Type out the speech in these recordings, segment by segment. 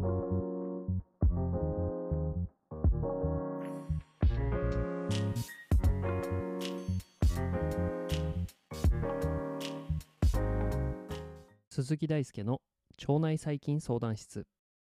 鈴木大輔の腸内細菌相談室。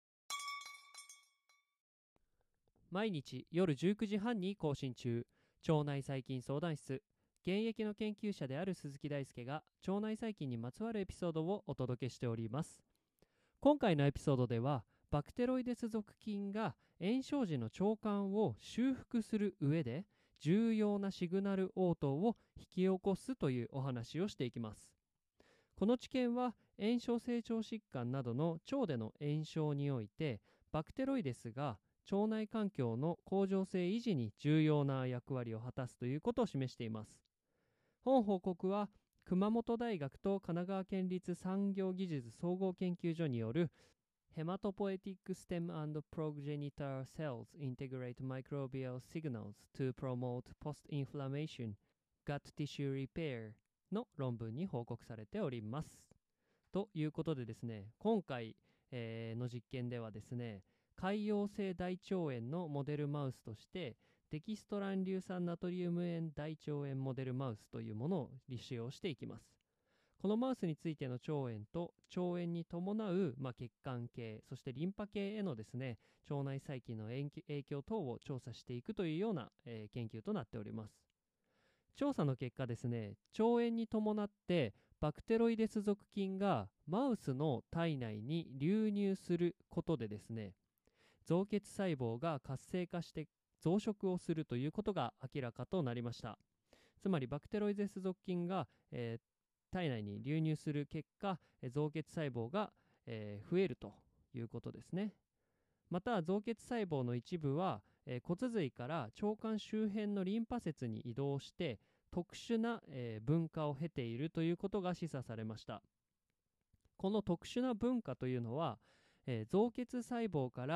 毎日夜19時半に更新中、腸内細菌相談室。現役の研究者である鈴木大輔が腸内細菌にまつわるエピソードをお届けしております。今回のエピソードでは、バクテロイデス属菌が炎症時の腸管を修復する上で重要なシグナル応答を引き起こすというお話をしていきます。この知見は炎症性腸疾患などの腸での炎症において、バクテロイデスが腸内環境の恒常性維持に重要な役割を果たすということを示しています。本報告は熊本大学と神奈川県立産業技術総合研究所によるHematopoietic Stem and Progenitor Cells Integrate Microbial Signals to Promote Post-Inflammation Gut Tissue Repairの論文に報告されております。ということでですね、今回、の実験ではですね、潰瘍性大腸炎のモデルマウスとしてデキストラン硫酸ナトリウム塩大腸炎モデルマウスというものを使用していきます。このマウスについての腸炎と腸炎に伴う、血管系、そしてリンパ系へのですね、腸内細菌の影響等を調査していくというような、研究となっております。調査の結果ですね、腸炎に伴ってバクテロイデス属菌がマウスの体内に流入することでですね、造血細胞が活性化して増殖をするということが明らかとなりました。つまりバクテロイデス属菌が、体内に流入する結果、造血細胞が、増えるということですね。また造血細胞の一部は、骨髄から腸管周辺のリンパ節に移動して特殊な、分化を経ているということが示唆されました。この特殊な分化というのは、造血細胞から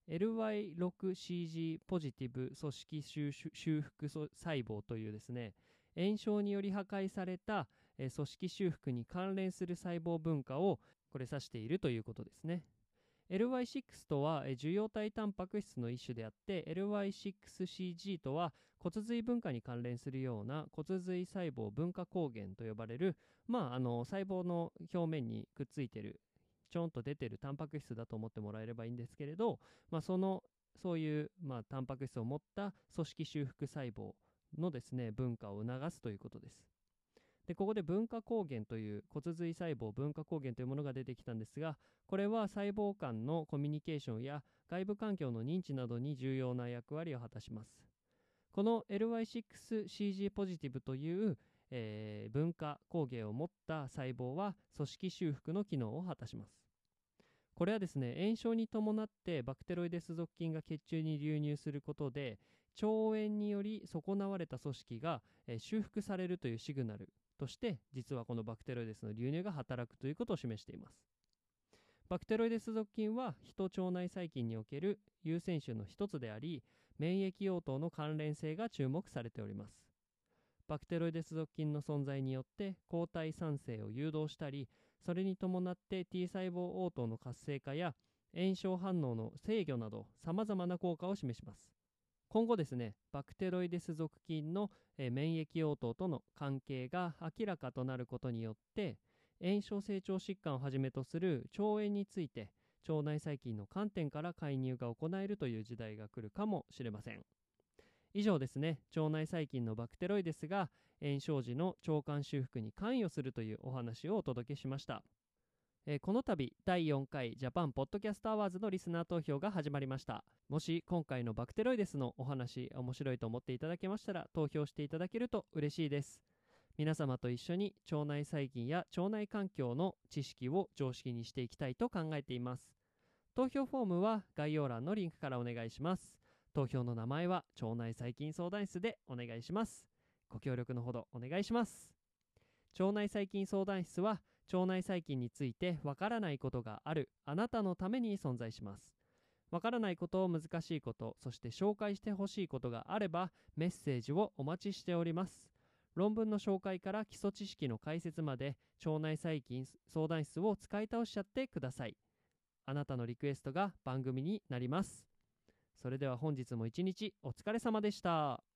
LY6CG ポジティブ組織修復細胞というですね、炎症により破壊された、組織修復に関連する細胞分化をこれ指しているということですね。LY6 とは受容体タンパク質の一種であって、 LY6CG とは骨髄分化に関連するような骨髄細胞分化抗原と呼ばれる、細胞の表面にくっついているちょんと出てるタンパク質だと思ってもらえればいいんですけれど、そういう、タンパク質を持った組織修復細胞のですね、分化を促すということです。で、ここで分化抗原という骨髄細胞分化抗原というものが出てきたんですが、これは細胞間のコミュニケーションや外部環境の認知などに重要な役割を果たします。この LY6CG ポジティブという、分化抗原を持った細胞は組織修復の機能を果たします。これはですね、炎症に伴ってバクテロイデス属菌が血中に流入することで腸炎により損なわれた組織が、修復されるというシグナルとして、実はこのバクテロイデスの流入が働くということを示しています。バクテロイデス属菌はヒト腸内細菌における優先種の一つであり、免疫応答の関連性が注目されております。バクテロイデス属菌の存在によって抗体産生を誘導したり、それに伴って T 細胞応答の活性化や炎症反応の制御など様々な効果を示します。今後ですね、バクテロイデス属菌の免疫応答との関係が明らかとなることによって、炎症性腸疾患をはじめとする腸炎について腸内細菌の観点から介入が行えるという時代が来るかもしれません。以上ですね、腸内細菌のバクテロイデスが炎症時の腸管修復に関与するというお話をお届けしました。この度第4回ジャパンポッドキャストアワーズのリスナー投票が始まりました。もし今回のバクテロイデスのお話面白いと思っていただけましたら、投票していただけると嬉しいです。皆様と一緒に腸内細菌や腸内環境の知識を常識にしていきたいと考えています。投票フォームは概要欄のリンクからお願いします。投票の名前は腸内細菌相談室でお願いします。ご協力のほどお願いします。腸内細菌相談室は腸内細菌についてわからないことがあるあなたのために存在します。わからないこと、難しいこと、そして紹介してほしいことがあればメッセージをお待ちしております。論文の紹介から基礎知識の解説まで腸内細菌相談室を使い倒しちゃってください。 あなたのリクエストが番組になります。それでは本日も一日お疲れ様でした。